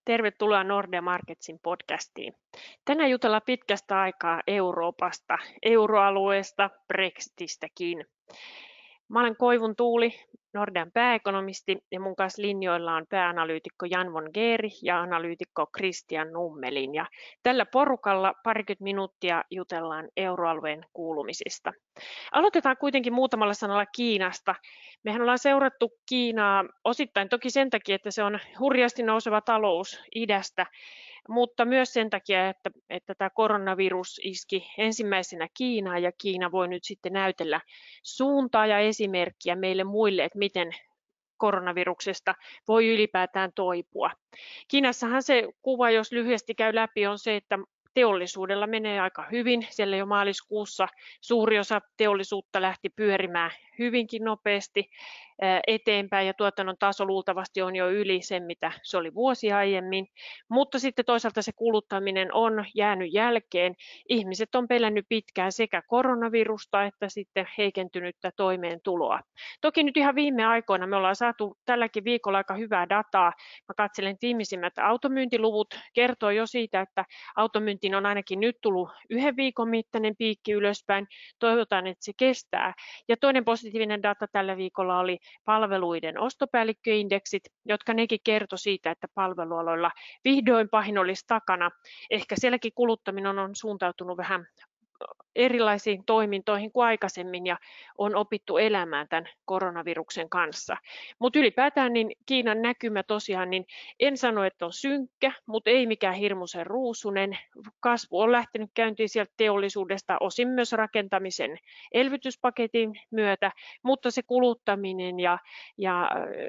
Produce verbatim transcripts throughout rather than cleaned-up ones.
Tervetuloa Nordea Marketsin podcastiin. Tänään jutellaan pitkästä aikaa Euroopasta, euroalueesta, Brexitistäkin. Mä olen Koivun Tuuli, Nordean pääekonomisti, ja mun kanssa linjoilla on pääanalyytikko Jan von Geeri ja analyytikko Christian Nummelin. Ja tällä porukalla parikymmentä minuuttia jutellaan euroalueen kuulumisista. Aloitetaan kuitenkin muutamalla sanalla Kiinasta. Mehän ollaan seurattu Kiinaa osittain toki sen takia, että se on hurjasti nouseva talous idästä, mutta myös sen takia, että, että tämä koronavirus iski ensimmäisenä Kiinaan ja Kiina voi nyt sitten näytellä suuntaa ja esimerkkiä meille muille, että miten koronaviruksesta voi ylipäätään toipua. Kiinassahan se kuva, jos lyhyesti käy läpi, on se, että teollisuudella menee aika hyvin. Siellä jo maaliskuussa suuri osa teollisuutta lähti pyörimään hyvinkin nopeasti eteenpäin ja tuotannon taso luultavasti on jo yli sen, mitä se oli vuosi aiemmin. Mutta sitten toisaalta se kuluttaminen on jäänyt jälkeen. Ihmiset on pelännyt pitkään sekä koronavirusta että sitten heikentynyttä toimeentuloa. Toki nyt ihan viime aikoina me ollaan saatu tälläkin viikolla aika hyvää dataa. Mä katselen viimeisimmät automyyntiluvut, kertoo jo siitä, että automyyntiin on ainakin nyt tullut yhden viikon mittainen piikki ylöspäin. Toivotaan, että se kestää. Ja toinen positiivinen data tällä viikolla oli palveluiden ostopäällikköindeksit, jotka nekin kertoi siitä, että palvelualoilla vihdoin pahin olisi takana. Ehkä sielläkin kuluttaminen on suuntautunut vähän erilaisiin toimintoihin kuin aikaisemmin ja on opittu elämään tämän koronaviruksen kanssa. Mutta ylipäätään niin Kiinan näkymä tosiaan, niin en sano, että on synkkä, mutta ei mikään hirmuisen ruusunen. Kasvu on lähtenyt käyntiin sieltä teollisuudesta, osin myös rakentamisen elvytyspaketin myötä, mutta se kuluttaminen ja, ja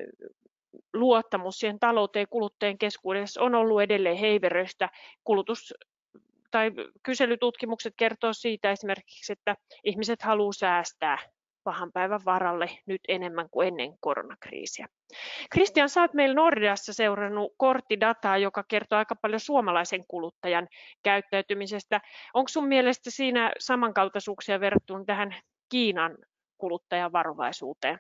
luottamus siihen talouteen kuluttajien keskuudessa on ollut edelleen heiveröistä. Kulutus tai kyselytutkimukset kertoo siitä esimerkiksi, että ihmiset haluaa säästää pahan päivän varalle nyt enemmän kuin ennen koronakriisiä. Christian, sä oot meillä Nordeassa seurannut korttidataa, joka kertoo aika paljon suomalaisen kuluttajan käyttäytymisestä. Onko sun mielestä siinä samankaltaisuuksia verrattuna tähän Kiinan kuluttajan varovaisuuteen?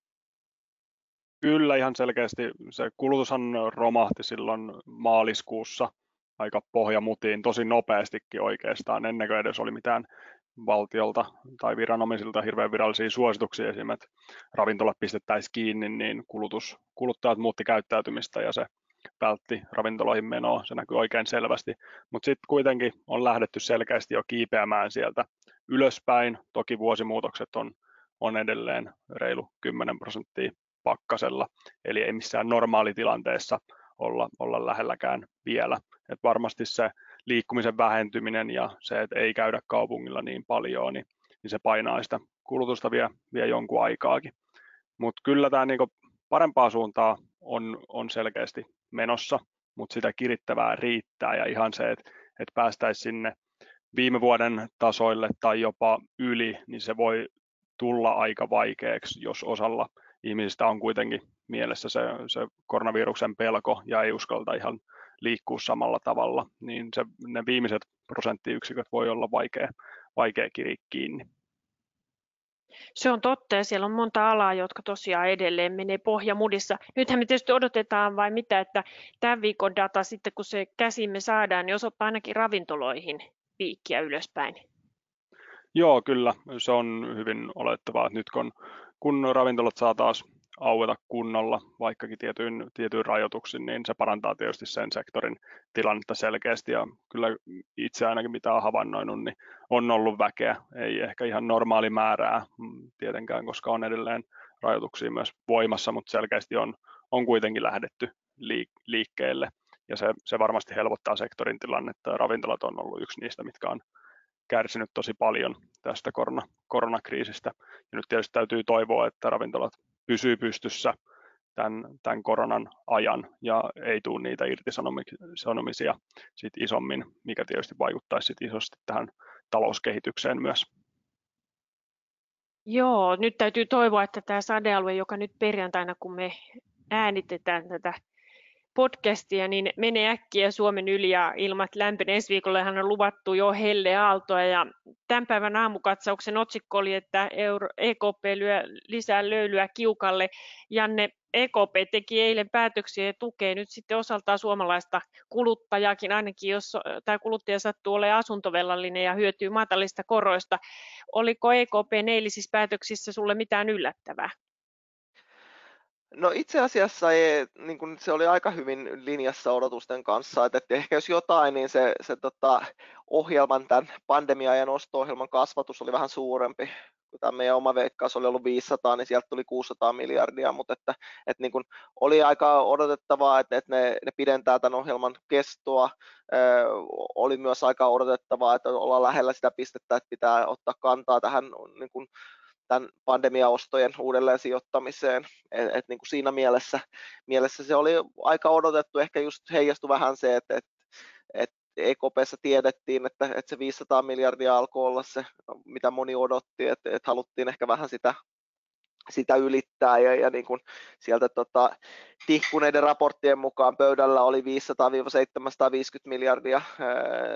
Kyllä ihan selkeästi. Se kulutushan romahti silloin maaliskuussa aika pohjamutiin tosi nopeastikin oikeastaan, ennen kuin edes oli mitään valtiolta tai viranomaisilta hirveän virallisia suosituksia, esimerkiksi ravintolat pistettäisiin kiinni, niin kulutus, kuluttajat muutti käyttäytymistä ja se vältti ravintoloihin menoa, se näkyy oikein selvästi, mutta sitten kuitenkin on lähdetty selkeästi jo kiipeämään sieltä ylöspäin, toki vuosimuutokset on, on edelleen reilu kymmenen prosenttia pakkasella, eli ei missään normaalitilanteessa olla, olla lähelläkään vielä. Et varmasti se liikkumisen vähentyminen ja se, että ei käydä kaupungilla niin paljon, niin, niin se painaa sitä kulutusta vie, vie jonkun aikaakin. Mutta kyllä tämä niinku parempaa suuntaa on, on selkeästi menossa, mutta sitä kirittävää riittää ja ihan se, että et päästäisiin sinne viime vuoden tasoille tai jopa yli, niin se voi tulla aika vaikeaksi, jos osalla ihmisistä on kuitenkin mielessä se, se koronaviruksen pelko ja ei uskalta ihan liikkua samalla tavalla, niin se, ne viimeiset prosenttiyksiköt voi olla vaikea, vaikea kiriä kiinni. Se on totta ja siellä on monta alaa, jotka tosiaan edelleen menee pohjamudissa. Nythän me tietysti odotetaan vai mitä, että tämän viikon data sitten kun se käsimme saadaan, niin osoittaa ainakin ravintoloihin piikkiä ylöspäin. Joo, kyllä. Se on hyvin olettavaa, että nyt kun, kun ravintolat saa taas aueta kunnolla, vaikkakin tietyin, tietyin rajoituksin, niin se parantaa tietysti sen sektorin tilannetta selkeästi. Ja kyllä itse ainakin mitä olen havainnoinut, niin on ollut väkeä. Ei ehkä ihan normaali määrää tietenkään, koska on edelleen rajoituksia myös voimassa, mutta selkeästi on, on kuitenkin lähdetty liikkeelle. Ja se, se varmasti helpottaa sektorin tilannetta. Ravintolat on ollut yksi niistä, mitkä on kärsinyt tosi paljon tästä korona, koronakriisistä. Ja nyt tietysti täytyy toivoa, että ravintolat pysyy pystyssä tämän, tämän koronan ajan ja ei tule niitä irtisanomisia sit isommin, mikä tietysti vaikuttaisi sit isosti tähän talouskehitykseen myös. Joo, nyt täytyy toivoa, että tämä sadealue, joka nyt perjantaina, kun me äänitetään tätä podcastia, niin menee äkkiä Suomen yli ja ilmat lämpenee. Ensi viikollahan on luvattu jo helleaaltoa ja tämän päivän aamukatsauksen otsikko oli, että Euro, E K P lyö lisää löylyä kiukalle. Janne, E K P teki eilen päätöksiä ja tukee nyt sitten osaltaan suomalaista kuluttajaakin, ainakin jos tämä kuluttaja sattuu olemaan asuntovelallinen ja hyötyy matalista koroista. Oliko E K P:n eilisissä päätöksissä sulle mitään yllättävää? No itse asiassa ei, niin kuin se oli aika hyvin linjassa odotusten kanssa, että, että ehkä jos jotain, niin se, se tota, ohjelman, tämän pandemia-ajan osto-ohjelman kasvatus oli vähän suurempi. Kun tämä meidän oma veikkaus oli ollut viisisataa, niin sieltä tuli kuusisataa miljardia, mutta että, että niin kuin oli aika odotettavaa, että, että ne, ne pidentää tämän ohjelman kestoa. Ö, oli myös aika odotettavaa, että ollaan lähellä sitä pistettä, että pitää ottaa kantaa tähän niin kuin tämän pandemiaostojen uudelleen sijoittamiseen. Et, et niin kuin siinä mielessä, mielessä se oli aika odotettu, ehkä just heijastui vähän se, että et, et E K P:ssä tiedettiin, että, että se viisisataa miljardia alkoi olla se, mitä moni odotti, että, että haluttiin ehkä vähän sitä sitä ylittää ja, ja niin kuin sieltä tota, tihkuneiden raporttien mukaan pöydällä oli viisisataa seitsemänsataaviisikymmentä miljardia ää,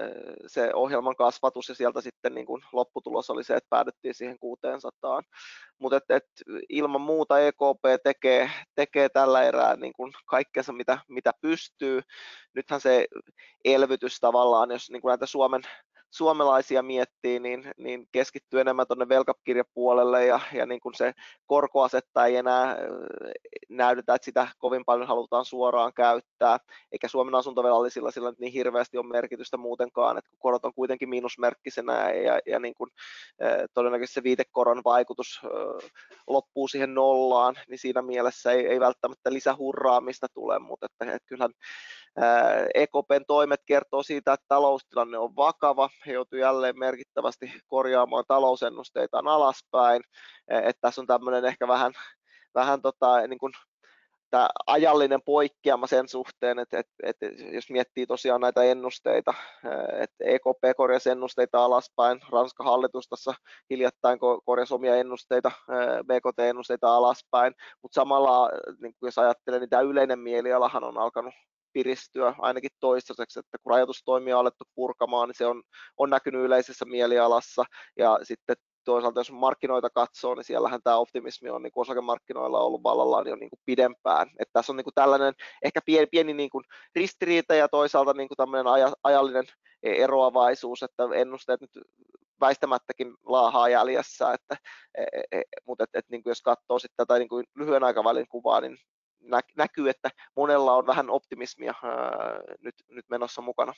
se ohjelman kasvatus ja sieltä sitten niin kuin lopputulos oli se, että päädyttiin siihen kuusisataa. Mutta et, et, ilman muuta E K P tekee, tekee tällä erää niin kuin kaikkensa mitä, mitä pystyy. Nythän se elvytys tavallaan, jos niin kuin näitä Suomen suomalaisia miettii, niin, niin keskittyy enemmän tuonne velkakirjapuolelle ja, ja niin kuin se korkoasetta ei enää näytetä, että sitä kovin paljon halutaan suoraan käyttää, eikä Suomen asuntovelallisilla sillä nyt niin hirveästi ole merkitystä muutenkaan, että korot on kuitenkin miinusmerkkisenä ja, ja niin kuin, todennäköisesti se viitekoron vaikutus loppuu siihen nollaan, niin siinä mielessä ei, ei välttämättä lisähurraamista tule, mutta että, että kyllähän E K P:n toimet kertoo siitä, että taloustilanne on vakava. He joutuivat jälleen merkittävästi korjaamaan talousennusteitaan alaspäin. Että tässä on tämmöinen ehkä vähän, vähän tota, niin kuin tämä ajallinen poikkeama sen suhteen, että, että, että jos miettii tosiaan näitä ennusteita, että E K P korjasi ennusteita alaspäin, Ranskan hallitus tässä hiljattain korjasi omia ennusteita, B K T-ennusteita alaspäin, mutta samalla niin jos ajattelee, niin tämä yleinen mielialahan on alkanut piristyä ainakin toistaiseksi, että kun rajoitustoimia on alettu purkamaan, niin se on, on näkynyt yleisessä mielialassa ja sitten toisaalta jos markkinoita katsoo, niin siellähän tämä optimismi on niin kuin osakemarkkinoilla ollut vallallaan jo niin kuin pidempään. Että tässä on niin kuin tällainen ehkä pieni, pieni niin kuin ristiriita ja toisaalta niin kuin tämmöinen aja, ajallinen eroavaisuus, että ennusteet nyt väistämättäkin laahaa jäljessä, että, e, e, mutta et, et, niin kuin jos katsoo sitten tätä niin kuin lyhyen aikavälin kuvaa, niin näkyy, että monella on vähän optimismia ää, nyt, nyt menossa mukana.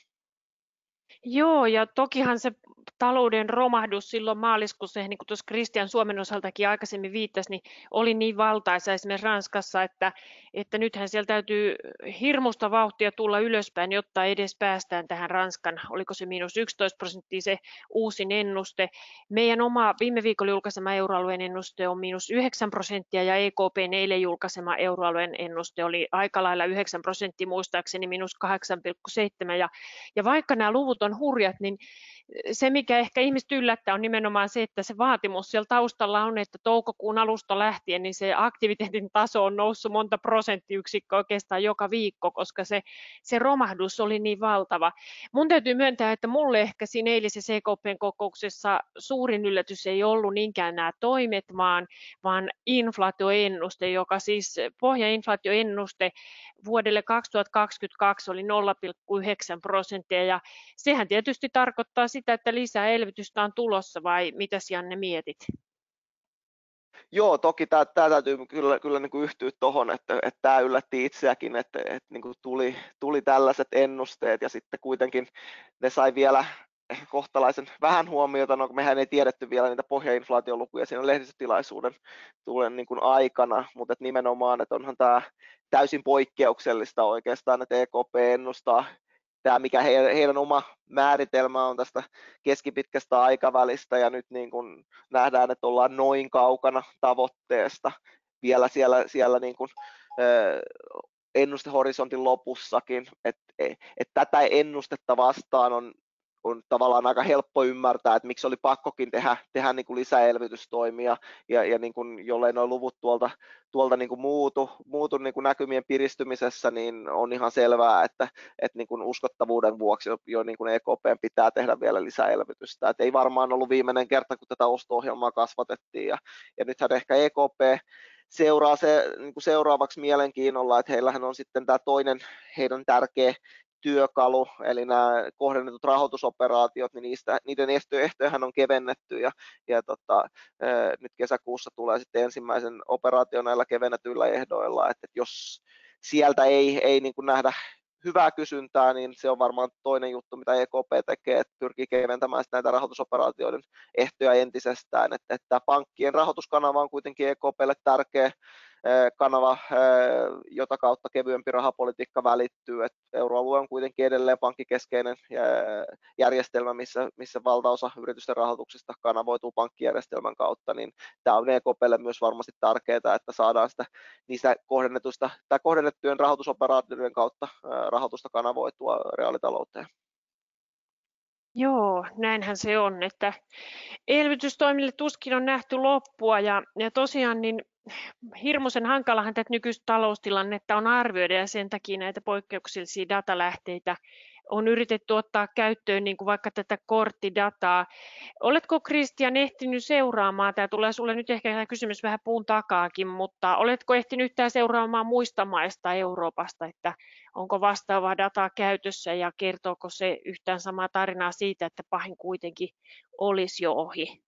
Joo, ja tokihan se talouden romahdus silloin maaliskuussa, niin kuin tuossa Kristian Suomen osaltakin aikaisemmin viittasi, niin oli niin valtaisa esimerkiksi Ranskassa, että, että nythän siellä täytyy hirmusta vauhtia tulla ylöspäin, jotta edes päästään tähän Ranskan, oliko se miinus yksitoista prosenttia se uusin ennuste. Meidän oma viime viikolla julkaisema euroalueen ennuste on miinus yhdeksän prosenttia ja E K P:n eilen julkaisema euroalueen ennuste oli aika lailla yhdeksän prosenttia muistaakseni miinus kahdeksan pilkku seitsemän ja, ja vaikka nämä luvut on hurjat, niin se, mikä ehkä ihmiset yllättää, on nimenomaan se, että se vaatimus siellä taustalla on, että toukokuun alusta lähtien niin se aktiviteetin taso on noussut monta prosenttiyksikköä oikeastaan joka viikko, koska se, se romahdus oli niin valtava. Mun täytyy myöntää, että mulle ehkä siinä eilisessä E K P:n kokouksessa suurin yllätys ei ollut niinkään nämä toimet, vaan, vaan inflaatioennuste, joka siis pohjainflaatioennuste vuodelle kaksituhattakaksikymmentäkaksi oli nolla pilkku yhdeksän prosenttia ja sehän tietysti tarkoittaa sitä, että lisää elvytystä on tulossa vai mitäs Janne mietit? Joo, toki tämä täytyy kyllä, kyllä niin kuin yhtyä tuohon, että, että tämä yllätti itseäkin, että, että niin kuin tuli, tuli tällaiset ennusteet ja sitten kuitenkin ne sai vielä kohtalaisen vähän huomiota, no mehän ei tiedetty vielä niitä pohjainflaatiolukuja siinä lehdistötilaisuuden tulen niin kuin aikana, mutta että nimenomaan, että onhan tämä täysin poikkeuksellista oikeastaan, että E K P ennustaa tämä, mikä heidän, heidän oma määritelmä on tästä keskipitkästä aikavälistä ja nyt niin kuin nähdään, että ollaan noin kaukana tavoitteesta vielä siellä, siellä niin kuin, ennustehorisontin lopussakin, että et tätä ennustetta vastaan on on tavallaan aika helppo ymmärtää, että miksi oli pakkokin tehdä, tehdä niin kuin lisäelvytystoimia, ja, ja niin kuin, jollei nuo luvut tuolta, tuolta niin kuin muutu, muutu niin kuin näkymien piristymisessä, niin on ihan selvää, että, että niin kuin uskottavuuden vuoksi jo niin kuin E K P:n pitää tehdä vielä lisäelvytystä. Et ei varmaan ollut viimeinen kerta, kun tätä osto-ohjelmaa kasvatettiin, ja, ja nythän ehkä E K P seuraa se niin kuin seuraavaksi mielenkiinnolla, että heillähän on sitten tämä toinen heidän tärkeä työkalu, eli nämä kohdennetut rahoitusoperaatiot, niin niistä, niiden ehtojahan on kevennetty, ja, ja tota, nyt kesäkuussa tulee sitten ensimmäisen operaation näillä kevennetyillä ehdoilla, että jos sieltä ei, ei niin kuin nähdä hyvää kysyntää, niin se on varmaan toinen juttu, mitä E K P tekee, että pyrkii keventämään näitä rahoitusoperaatioiden ehtoja entisestään, että, että pankkien rahoituskanava on kuitenkin E K P:lle tärkeä kanava, jota kautta kevyempi rahapolitiikka välittyy. Et euroalue on kuitenkin edelleen pankkikeskeinen järjestelmä, missä, missä valtaosa yritysten rahoituksesta kanavoituu pankkijärjestelmän kautta, niin tämä on E K P:lle myös varmasti tärkeää, että saadaan sitä niistä kohdennetuista tai kohdennettujen rahoitusoperaatioiden kautta rahoitusta kanavoitua reaalitalouteen. Joo, näinhän se on, että elvytystoimille tuskin on nähty loppua ja, ja tosiaan niin hirmuisen hankalahan tätä nykyistä taloustilannetta on arvioida ja sen takia näitä poikkeuksellisia datalähteitä on yritetty ottaa käyttöön, niin kuin vaikka tätä korttidataa. Oletko Kristian ehtinyt seuraamaan, tämä tulee sinulle nyt ehkä tämä kysymys vähän puun takaakin, mutta oletko ehtinyt yhtään seuraamaan muista maista Euroopasta, että onko vastaavaa dataa käytössä ja kertooko se yhtään samaa tarinaa siitä, että pahin kuitenkin olisi jo ohi?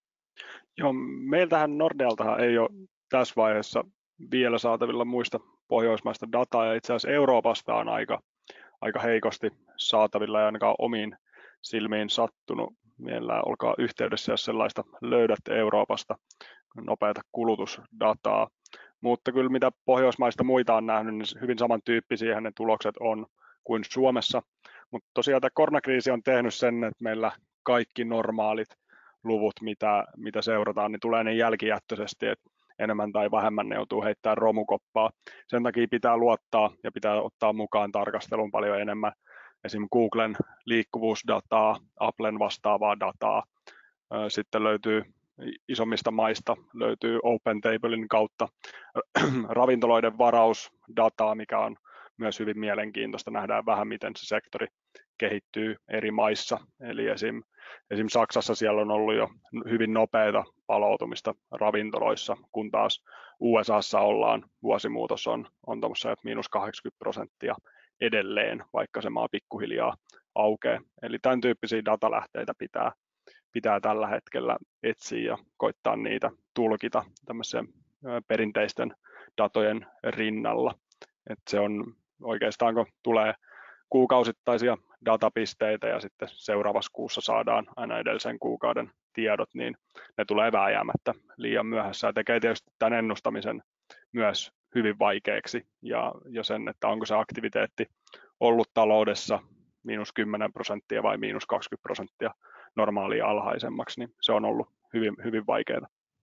Joo, meiltähän Nordealtahan ei ole tässä vaiheessa vielä saatavilla muista pohjoismaista dataa, ja itse asiassa Euroopasta on aika, aika heikosti saatavilla ja ainakaan omiin silmiin sattunut. Mielellään olkaa yhteydessä, jos sellaista löydätte Euroopasta, nopeata kulutusdataa. Mutta kyllä mitä Pohjoismaista muita on nähnyt, niin hyvin samantyyppisiä ne tulokset on kuin Suomessa. Mutta tosiaan tämä koronakriisi on tehnyt sen, että meillä kaikki normaalit luvut, mitä, mitä seurataan, niin tulee ne jälkijättöisesti, että enemmän tai vähemmän ne joutuu heittämään romukoppaa. Sen takia pitää luottaa ja pitää ottaa mukaan tarkasteluun paljon enemmän esimerkiksi Googlen liikkuvuusdataa, Applen vastaavaa dataa. Sitten löytyy isommista maista, löytyy OpenTablen kautta ravintoloiden varausdataa, mikä on myös hyvin mielenkiintoista. Nähdään vähän, miten se sektori kehittyy eri maissa. Eli esim. esim. Saksassa siellä on ollut jo hyvin nopeata palautumista ravintoloissa, kun taas U S A:ssa ollaan, vuosimuutos on, on tuommoissa miinus kahdeksankymmentä prosenttia edelleen, vaikka se maa pikkuhiljaa aukeaa. Eli tämän tyyppisiä datalähteitä pitää, pitää tällä hetkellä etsiä ja koittaa niitä tulkita tämmöisen perinteisten datojen rinnalla. Et se on oikeastaan, kun tulee kuukausittaisia datapisteitä ja sitten seuraavassa kuussa saadaan aina edellisen kuukauden tiedot, niin ne tulee vääjäämättä liian myöhässä ja tekee tietysti tämän ennustamisen myös hyvin vaikeaksi ja, ja sen, että onko se aktiviteetti ollut taloudessa miinus kymmenen prosenttia vai miinus kaksikymmentä prosenttia normaalia alhaisemmaksi, niin se on ollut hyvin, hyvin vaikeaa.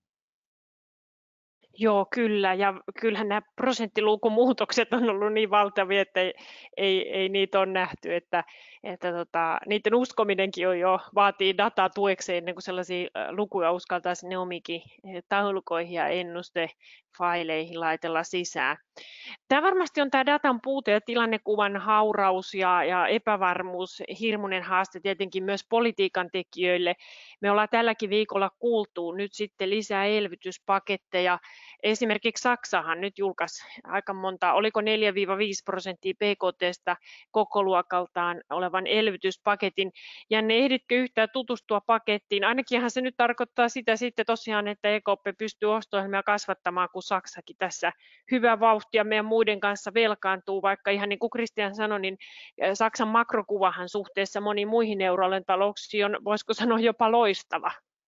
Joo, kyllä. Ja kyllähän nämä prosenttilukumuutokset on ollut niin valtavia, että ei, ei, ei niitä ole nähty, että, että tota, niiden uskominenkin on jo vaatii dataa tuekseen ennen kuin sellaisia lukuja uskaltaa sinne omikin taulukoihin ja ennustefaileihin laitella sisään. Tämä varmasti on tämä datan puute ja tilannekuvan hauraus ja, ja epävarmuus, hirmuinen haaste tietenkin myös politiikan tekijöille. Me ollaan tälläkin viikolla kuultu nyt sitten lisää elvytyspaketteja. Esimerkiksi Saksahan nyt julkaisi aika monta, oliko neljä viisi prosenttia B K T:stä koko luokaltaan olevan elvytyspaketin. Janne, ehditkö yhtään tutustua pakettiin? Ainakinhan se nyt tarkoittaa sitä sitten tosiaan, että E K P pystyy osto-ohjelmia kasvattamaan, kun Saksakin tässä hyvä vauhtia meidän muiden kanssa velkaantuu, vaikka ihan niin kuin Kristian sanoi, niin Saksan makrokuvahan suhteessa moniin muihin euroalueen talouksiin on, voisiko sanoa, jopa loistava.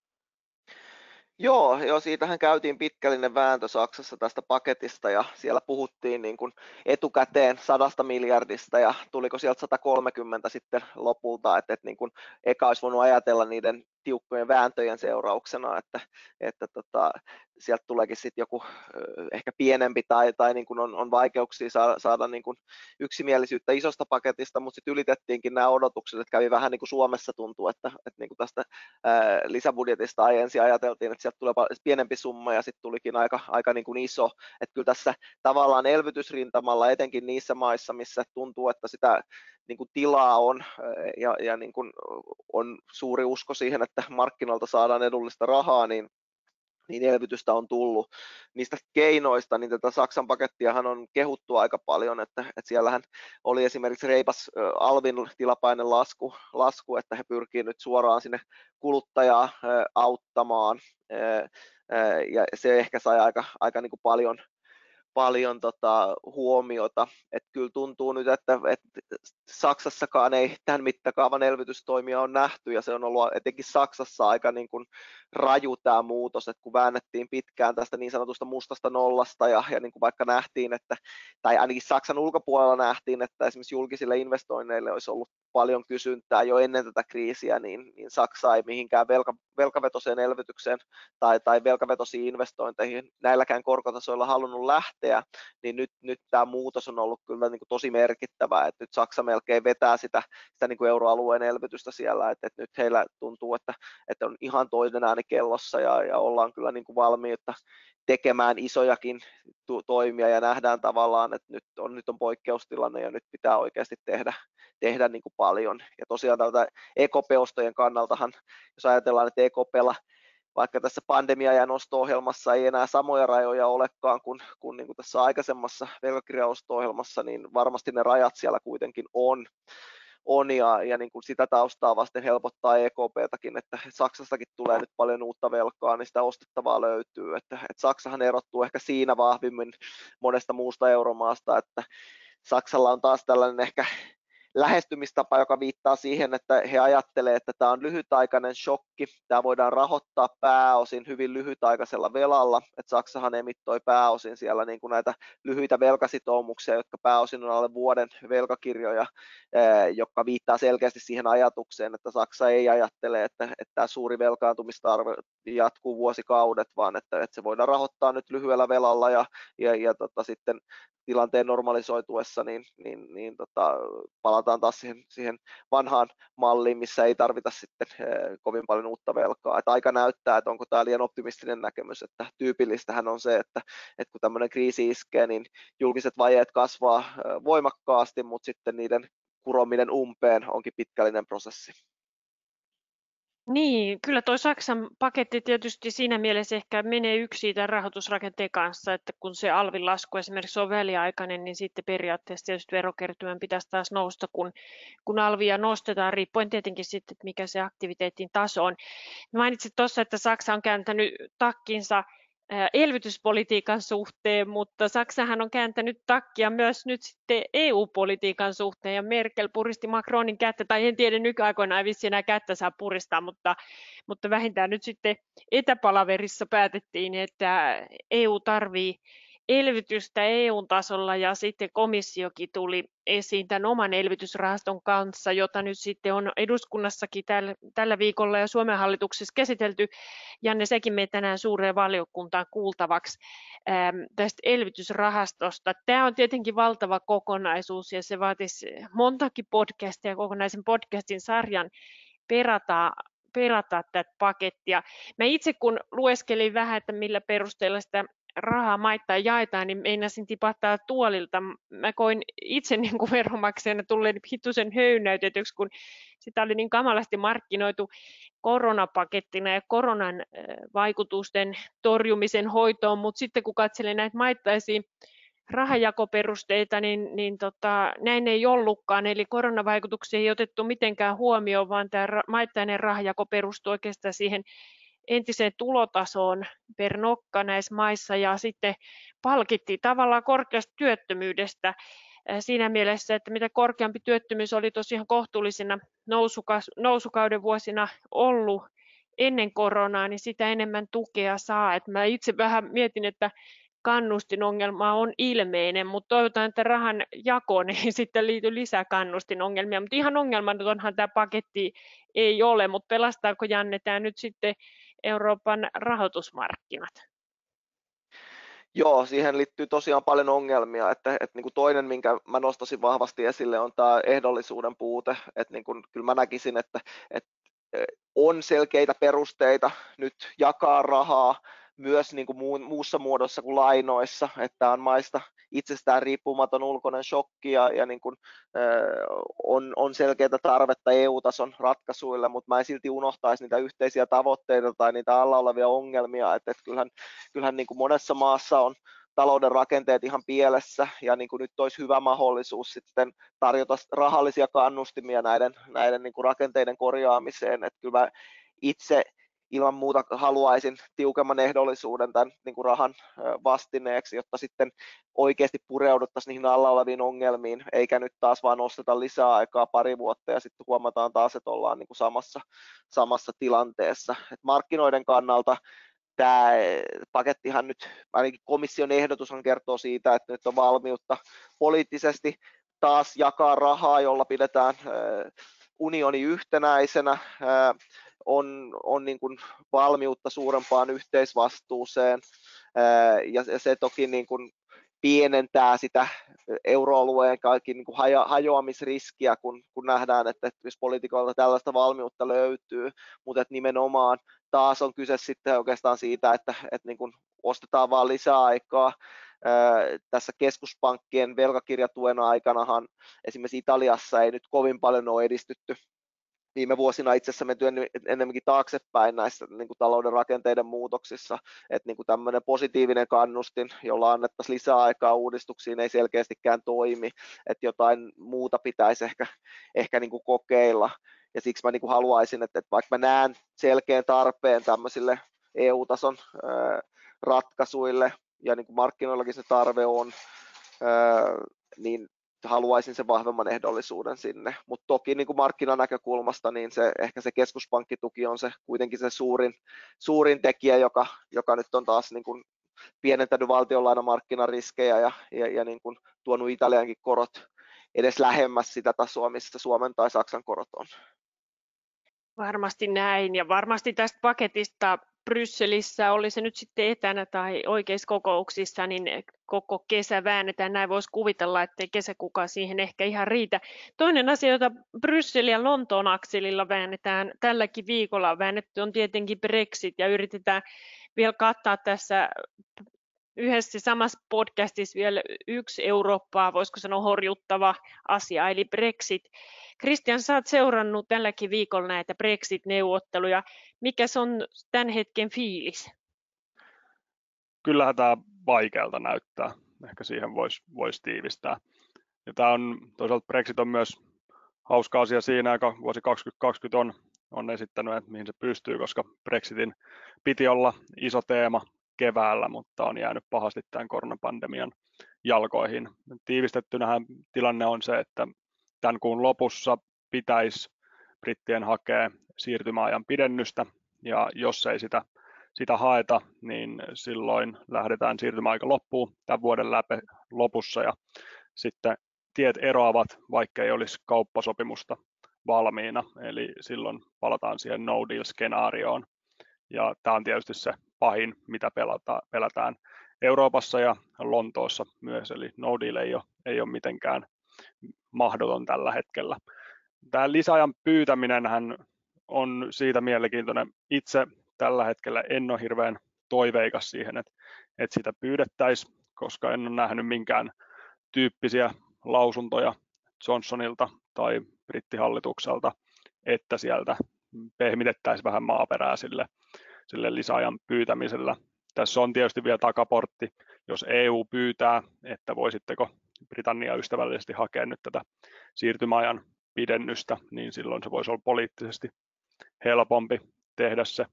Joo, joo, siitähän käytiin pitkällinen vääntö Saksassa tästä paketista ja siellä puhuttiin niin kuin etukäteen sadasta miljardista ja tuliko sieltä sata kolmekymmentä sitten lopulta, että, että niin kuin eka olisi voinut ajatella niiden tiukkojen vääntöjen seurauksena, että, että tota, sieltä tuleekin sitten joku ehkä pienempi tai, tai niin kuin on, on vaikeuksia saada, saada niin kuin yksimielisyyttä isosta paketista, mutta sitten ylitettiinkin nämä odotukset, että kävi vähän niin kuin Suomessa tuntuu, että, että niin kuin tästä ää, lisäbudjetista ai ensin ajateltiin, että sieltä tulee pienempi summa ja sitten tulikin aika, aika niin kuin iso, että kyllä tässä tavallaan elvytysrintamalla etenkin niissä maissa, missä tuntuu, että sitä niin kuin tilaa on ja, ja niin kuin on suuri usko siihen, että markkinoilta saadaan edullista rahaa, niin niin elvytystä on tullut. Niistä keinoista, niin tätä Saksan pakettiahan on kehuttu aika paljon, että, että siellähän oli esimerkiksi reipas alvin tilapäinen lasku, lasku, että he pyrkivät nyt suoraan sinne kuluttajaa auttamaan, ja se ehkä sai aika, aika niin kuin paljon, paljon tota, huomiota, että kyllä tuntuu nyt, että, että Saksassakaan ei tämän mittakaavan elvytystoimia on nähty, ja se on ollut etenkin Saksassa aika niin kuin raju tämä muutos, että kun väännettiin pitkään tästä niin sanotusta mustasta nollasta, ja, ja niin kuin vaikka nähtiin, että, tai ainakin Saksan ulkopuolella nähtiin, että esimerkiksi julkisille investoinneille olisi ollut paljon kysyntää jo ennen tätä kriisiä, niin, niin Saksa ei mihinkään velka, velkavetoiseen elvytykseen tai, tai velkavetoisiin investointeihin näilläkään korkotasoilla halunnut lähteä, niin nyt, nyt tämä muutos on ollut kyllä niin kuin tosi merkittävä, että nyt Saksa melkein vetää sitä, sitä niin kuin euroalueen elvytystä siellä, että, että nyt heillä tuntuu, että, että on ihan toinen ääni kellossa, ja, ja ollaan kyllä niin kuin valmiita tekemään isojakin toimia, ja nähdään tavallaan, että nyt on, nyt on poikkeustilanne ja nyt pitää oikeasti tehdä, tehdä niin kuin paljon. Ja tosiaan tältä E K P-ostojen kannaltahan, jos ajatellaan, että E K P:llä vaikka tässä pandemia- ja nosto-ohjelmassa ei enää samoja rajoja olekaan kuin, kuin, niin kuin tässä aikaisemmassa velkakirjaosto-ohjelmassa, niin varmasti ne rajat siellä kuitenkin on. on ja, ja niin kuin sitä taustaa vasten helpottaa E K P:täkin, että Saksastakin tulee nyt paljon uutta velkaa, niin sitä ostettavaa löytyy. Että, että Saksahan erottuu ehkä siinä vahvimmin monesta muusta euromaasta, että Saksalla on taas tällainen ehkä lähestymistapa, joka viittaa siihen, että he ajattelevat, että tämä on lyhytaikainen shokki, tämä voidaan rahoittaa pääosin hyvin lyhytaikaisella velalla, että Saksahan emittoi pääosin siellä niin kuin näitä lyhyitä velkasitoumuksia, jotka pääosin on alle vuoden velkakirjoja, jotka viittaa selkeästi siihen ajatukseen, että Saksa ei ajattele, että, että tämä suuri velkaantumistarve jatkuu vuosikaudet, vaan että, että se voidaan rahoittaa nyt lyhyellä velalla, ja, ja, ja tota, sitten tilanteen normalisoituessa, niin, niin, niin tota, palataan taas siihen, siihen vanhaan malliin, missä ei tarvita sitten eh, kovin paljon uutta velkaa. Et aika näyttää, että onko tämä liian optimistinen näkemys, että tyypillistähän on se, että, että kun tämmöinen kriisi iskee, niin julkiset vajeet kasvaa eh, voimakkaasti, mutta sitten niiden kurominen umpeen onkin pitkällinen prosessi. Niin, kyllä tuo Saksan paketti tietysti siinä mielessä ehkä menee yksi tämän rahoitusrakenteen kanssa, että kun se alvin lasku esimerkiksi on väliaikainen, niin sitten periaatteessa tietysti verokertymän pitäisi taas nousta, kun, kun alvia nostetaan, riippuen tietenkin sitten, että mikä se aktiviteetin taso on. Mainitsit tuossa, että Saksa on kääntänyt takkinsa elvytyspolitiikan suhteen, mutta Saksahan on kääntänyt takkia myös nyt sitten E U-politiikan suhteen, ja Merkel puristi Macronin kättä, tai en tiedä, nykyaikoina ei vissi enää kättä saa puristaa, mutta, mutta vähintään nyt sitten etäpalaverissa päätettiin, että E U tarvii elvytystä E U-tasolla, ja sitten komissiokin tuli esiin tämän oman elvytysrahaston kanssa, jota nyt sitten on eduskunnassakin tällä, tällä viikolla ja Suomen hallituksessa käsitelty. Janne, sekin menee tänään suureen valiokuntaan kuultavaksi äm, tästä elvytysrahastosta. Tämä on tietenkin valtava kokonaisuus, ja se vaatisi montakin podcastia, kokonaisen podcastin sarjan perata, perata tätä pakettia. Mä itse kun lueskelin vähän, että millä perusteella sitä rahaa maittain jaetaan, niin meinasin tipahtaa tuolilta. Mä koin itse niin kuin veronmaksajana tulleen hitusen höynäytetyksi, kun sitä oli niin kamalasti markkinoitu koronapakettina ja koronan vaikutusten torjumisen hoitoon, mutta sitten kun katselin näitä maittaisia rahajakoperusteita, niin, niin tota, näin ei ollutkaan, eli koronavaikutuksia ei otettu mitenkään huomioon, vaan tämä maittainen rahajako perustui oikeastaan siihen entiseen tulotasoon per nokka näissä maissa, ja sitten palkittiin tavallaan korkeasta työttömyydestä siinä mielessä, että mitä korkeampi työttömyys oli tosiaan kohtuullisina nousukauden vuosina ollut ennen koronaa, niin sitä enemmän tukea saa. Et mä itse vähän mietin, että kannustinongelma on ilmeinen, mutta toivotaan, että rahan jakoon ei sitten liity lisää kannustinongelmia, mutta ihan ongelmatonhan tämä paketti ei ole, mutta pelastaako, Janne, tämä nyt sitten Euroopan rahoitusmarkkinat? Joo, siihen liittyy tosiaan paljon ongelmia, että, että niin kuin toinen, minkä mä nostaisin vahvasti esille, on tämä ehdollisuuden puute, että niin kuin, kyllä mä näkisin, että, että on selkeitä perusteita nyt jakaa rahaa myös niin kuin muussa muodossa kuin lainoissa, että on maista, itsestään riippumaton ulkoinen shokki ja, ja niin kuin, on, on selkeää tarvetta E U-tason ratkaisuille, mutta mä en silti unohtaisi niitä yhteisiä tavoitteita tai niitä alla olevia ongelmia, että et kyllähän, kyllähän niin kuin monessa maassa on talouden rakenteet ihan pielessä ja niin kuin nyt olisi hyvä mahdollisuus sitten tarjota rahallisia kannustimia näiden, näiden niin kuin rakenteiden korjaamiseen, että kyllä mä itse ilman muuta haluaisin tiukemman ehdollisuuden tämän niin kuin rahan vastineeksi, jotta sitten oikeasti pureuduttaisiin niihin alla oleviin ongelmiin, eikä nyt taas vaan nosteta lisää aikaa pari vuotta ja sitten huomataan taas, että ollaan niin kuin samassa, samassa tilanteessa. Et markkinoiden kannalta tämä pakettihan nyt, ainakin komission ehdotushan kertoo siitä, että nyt on valmiutta poliittisesti taas jakaa rahaa, jolla pidetään unioni yhtenäisenä, on, on niin kuin valmiutta suurempaan yhteisvastuuseen ja se toki niin kuin pienentää sitä euroalueen kaikki niin kuin hajoamisriskiä, kun, kun nähdään, että, että jos poliitikoilta tällaista valmiutta löytyy, mutta että nimenomaan taas on kyse sitten oikeastaan siitä, että, että niin kuin ostetaan vaan lisää aikaa. Tässä keskuspankkien velkakirjatuen aikanahan esimerkiksi Italiassa ei nyt kovin paljon ole edistytty. Viime vuosina itse asiassa menty enemmänkin taaksepäin näissä niin kuin talouden rakenteiden muutoksissa, että niin kuin tämmöinen positiivinen kannustin, jolla annettaisiin lisää aikaa uudistuksiin, ei selkeästikään toimi, että jotain muuta pitäisi ehkä, ehkä niin kuin kokeilla. Ja siksi mä niin kuin haluaisin, että, että vaikka mä näen selkeän tarpeen tämmöisille E U-tason ää, ratkaisuille, ja niin kuin markkinoillakin se tarve on, ää, niin haluaisin sen vahvemman ehdollisuuden sinne, mutta toki niin kuin markkinanäkökulmasta niin se, ehkä se keskuspankkituki on se kuitenkin se suurin, suurin tekijä, joka, joka nyt on taas niin kuin pienentänyt valtionlainamarkkinariskejä ja, ja, ja niin kuin tuonut Italiankin korot edes lähemmäs sitä tasoa, missä Suomen tai Saksan korot on. Varmasti näin, ja varmasti tästä paketista Brysselissä, oli se nyt sitten etänä tai oikeissa kokouksissa, niin koko kesä väännetään. Näin voisi kuvitella, ettei kesäkuukaan siihen ehkä ihan riitä. Toinen asia, jota Brysselin ja Lontoon akselilla väännetään tälläkin viikolla on väännetty, on tietenkin Brexit, ja yritetään vielä kattaa tässä yhdessä samassa podcastissa vielä yksi Eurooppaa, voisiko sanoa horjuttava asia, eli Brexit. Kristian, sä oot seurannut tälläkin viikolla näitä Brexit-neuvotteluja. Mikä se on tämän hetken fiilis? Kyllähän tämä vaikealta näyttää. Ehkä siihen voisi vois tiivistää. Ja tämä on, toisaalta Brexit on myös hauska asia siinä, joka vuosi kaksituhattakaksikymmentä on, on esittänyt, että mihin se pystyy, koska Brexitin piti olla iso teema keväällä, mutta on jäänyt pahasti tämän koronapandemian jalkoihin. Tiivistettynähän tilanne on se, että tämän kuun lopussa pitäisi brittien hakea siirtymäajan pidennystä, ja jos ei sitä, sitä haeta, niin silloin lähdetään siirtymäaika loppuun tämän vuoden läpi lopussa, ja sitten tiet eroavat, vaikka ei olisi kauppasopimusta valmiina, eli silloin palataan siihen no deal-skenaarioon, ja tämä on tietysti se pahin, mitä pelata, pelätään Euroopassa ja Lontoossa myös, eli no deal ei ole, ei ole mitenkään mahdoton tällä hetkellä. Tämä lisäajan pyytäminenhän on siitä mielenkiintoinen. Itse tällä hetkellä en ole hirveän toiveikas siihen, että, että sitä pyydettäisiin, koska en ole nähnyt minkään tyyppisiä lausuntoja Johnsonilta tai brittihallitukselta, että sieltä pehmitettäisiin vähän maaperää sille, sille lisäajan pyytämisellä. Tässä on tietysti vielä takaportti, jos E U pyytää, että voisitteko Britannia ystävällisesti hakea nyt tätä siirtymäajan pidennystä, niin silloin se voisi olla poliittisesti helpompi tehdä se,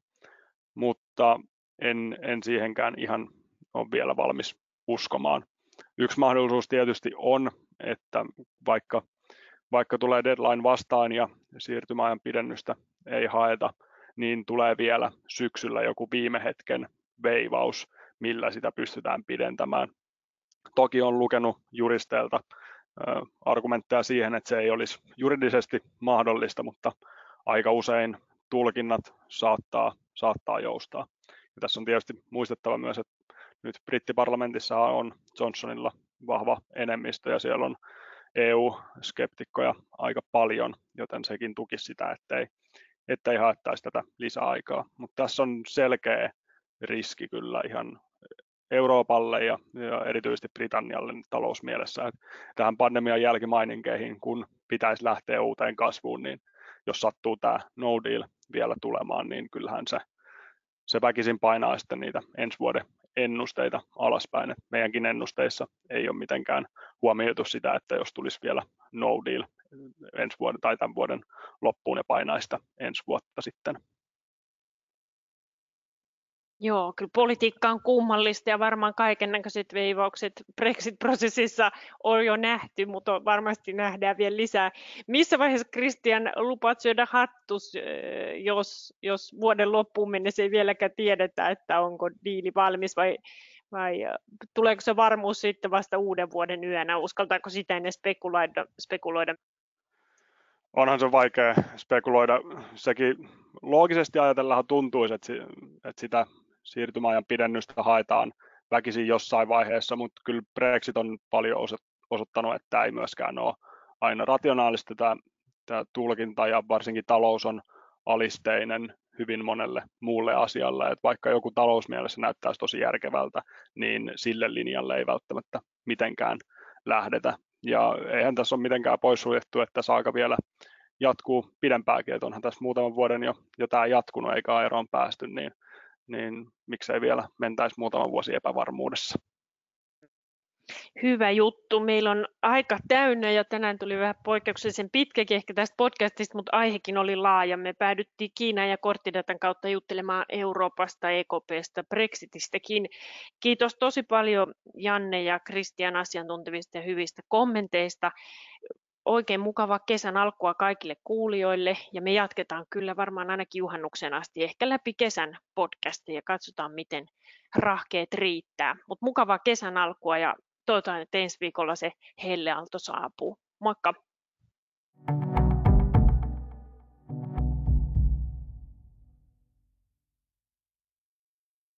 mutta en, en siihenkään ihan ole vielä valmis uskomaan. Yksi mahdollisuus tietysti on, että vaikka, vaikka tulee deadline vastaan ja siirtymäajan pidennystä ei haeta, niin tulee vielä syksyllä joku viime hetken veivaus, millä sitä pystytään pidentämään. Toki on lukenut juristeilta argumentteja siihen, että se ei olisi juridisesti mahdollista, mutta aika usein tulkinnat saattaa, saattaa joustaa. Ja tässä on tietysti muistettava myös, että nyt brittiparlamentissa on Johnsonilla vahva enemmistö ja siellä on E U-skeptikkoja aika paljon, joten sekin tukisi sitä, ettei, ettei haettaisi tätä lisäaikaa. Mutta tässä on selkeä riski kyllä ihan Euroopalle ja, ja erityisesti Britannialle talousmielessä. Et tähän pandemian jälkimaininkeihin, kun pitäisi lähteä uuteen kasvuun, niin jos sattuu tämä no deal vielä tulemaan, niin kyllähän se, se väkisin painaa sitten niitä ensi vuoden ennusteita alaspäin. Et meidänkin ennusteissa ei ole mitenkään huomioitu sitä, että jos tulisi vielä no deal ensi vuoden tai tämän vuoden loppuun ja painaisi sitä ensi vuotta sitten. Joo, kyllä politiikka on kummallista ja varmaan kaikennäköiset veivaukset Brexit-prosessissa on jo nähty, mutta varmasti nähdään vielä lisää. Missä vaiheessa, Kristian, lupaat syödä hattus, jos, jos vuoden loppuun mennessä ei vieläkään tiedetä, että onko diili valmis vai, vai tuleeko se varmuus sitten vasta uuden vuoden yönä? Uskaltaako sitä ennen spekuloida? spekuloida? Onhan se vaikea spekuloida. Sekin loogisesti ajatellaan tuntuisi, että, että sitä siirtymäajan pidennystä haetaan väkisin jossain vaiheessa, mutta kyllä Brexit on paljon osoittanut, että tämä ei myöskään ole aina rationaalista tämä, tämä tulkinta, ja varsinkin talous on alisteinen hyvin monelle muulle asialle, että vaikka joku talousmielessä näyttäisi tosi järkevältä, niin sille linjalle ei välttämättä mitenkään lähdetä, ja eihän tässä ole mitenkään poissuljettu, että tässä aika vielä jatkuu pidempääkin, että onhan tässä muutaman vuoden jo, jo tämä jatkunut eikä eroon päästy, niin niin miksei vielä mentäisi muutama vuosi epävarmuudessa. Hyvä juttu. Meillä on aika täynnä ja tänään tuli vähän poikkeuksellisen pitkäkin ehkä tästä podcastista, mutta aihekin oli laaja. Me päädyttiin Kiinan ja korttidatan kautta juttelemaan Euroopasta, E K P:stä, Brexitistäkin. Kiitos tosi paljon Janne ja Kristian asiantuntevista ja hyvistä kommenteista. Oikein mukava kesän alkua kaikille kuulijoille ja me jatketaan kyllä varmaan ainakin juhannuksen asti ehkä läpi kesän podcastia ja katsotaan miten rahkeet riittää. Mutta mukavaa kesän alkua ja toivotaan, että ensi viikolla se helleaalto saapuu. Moikka!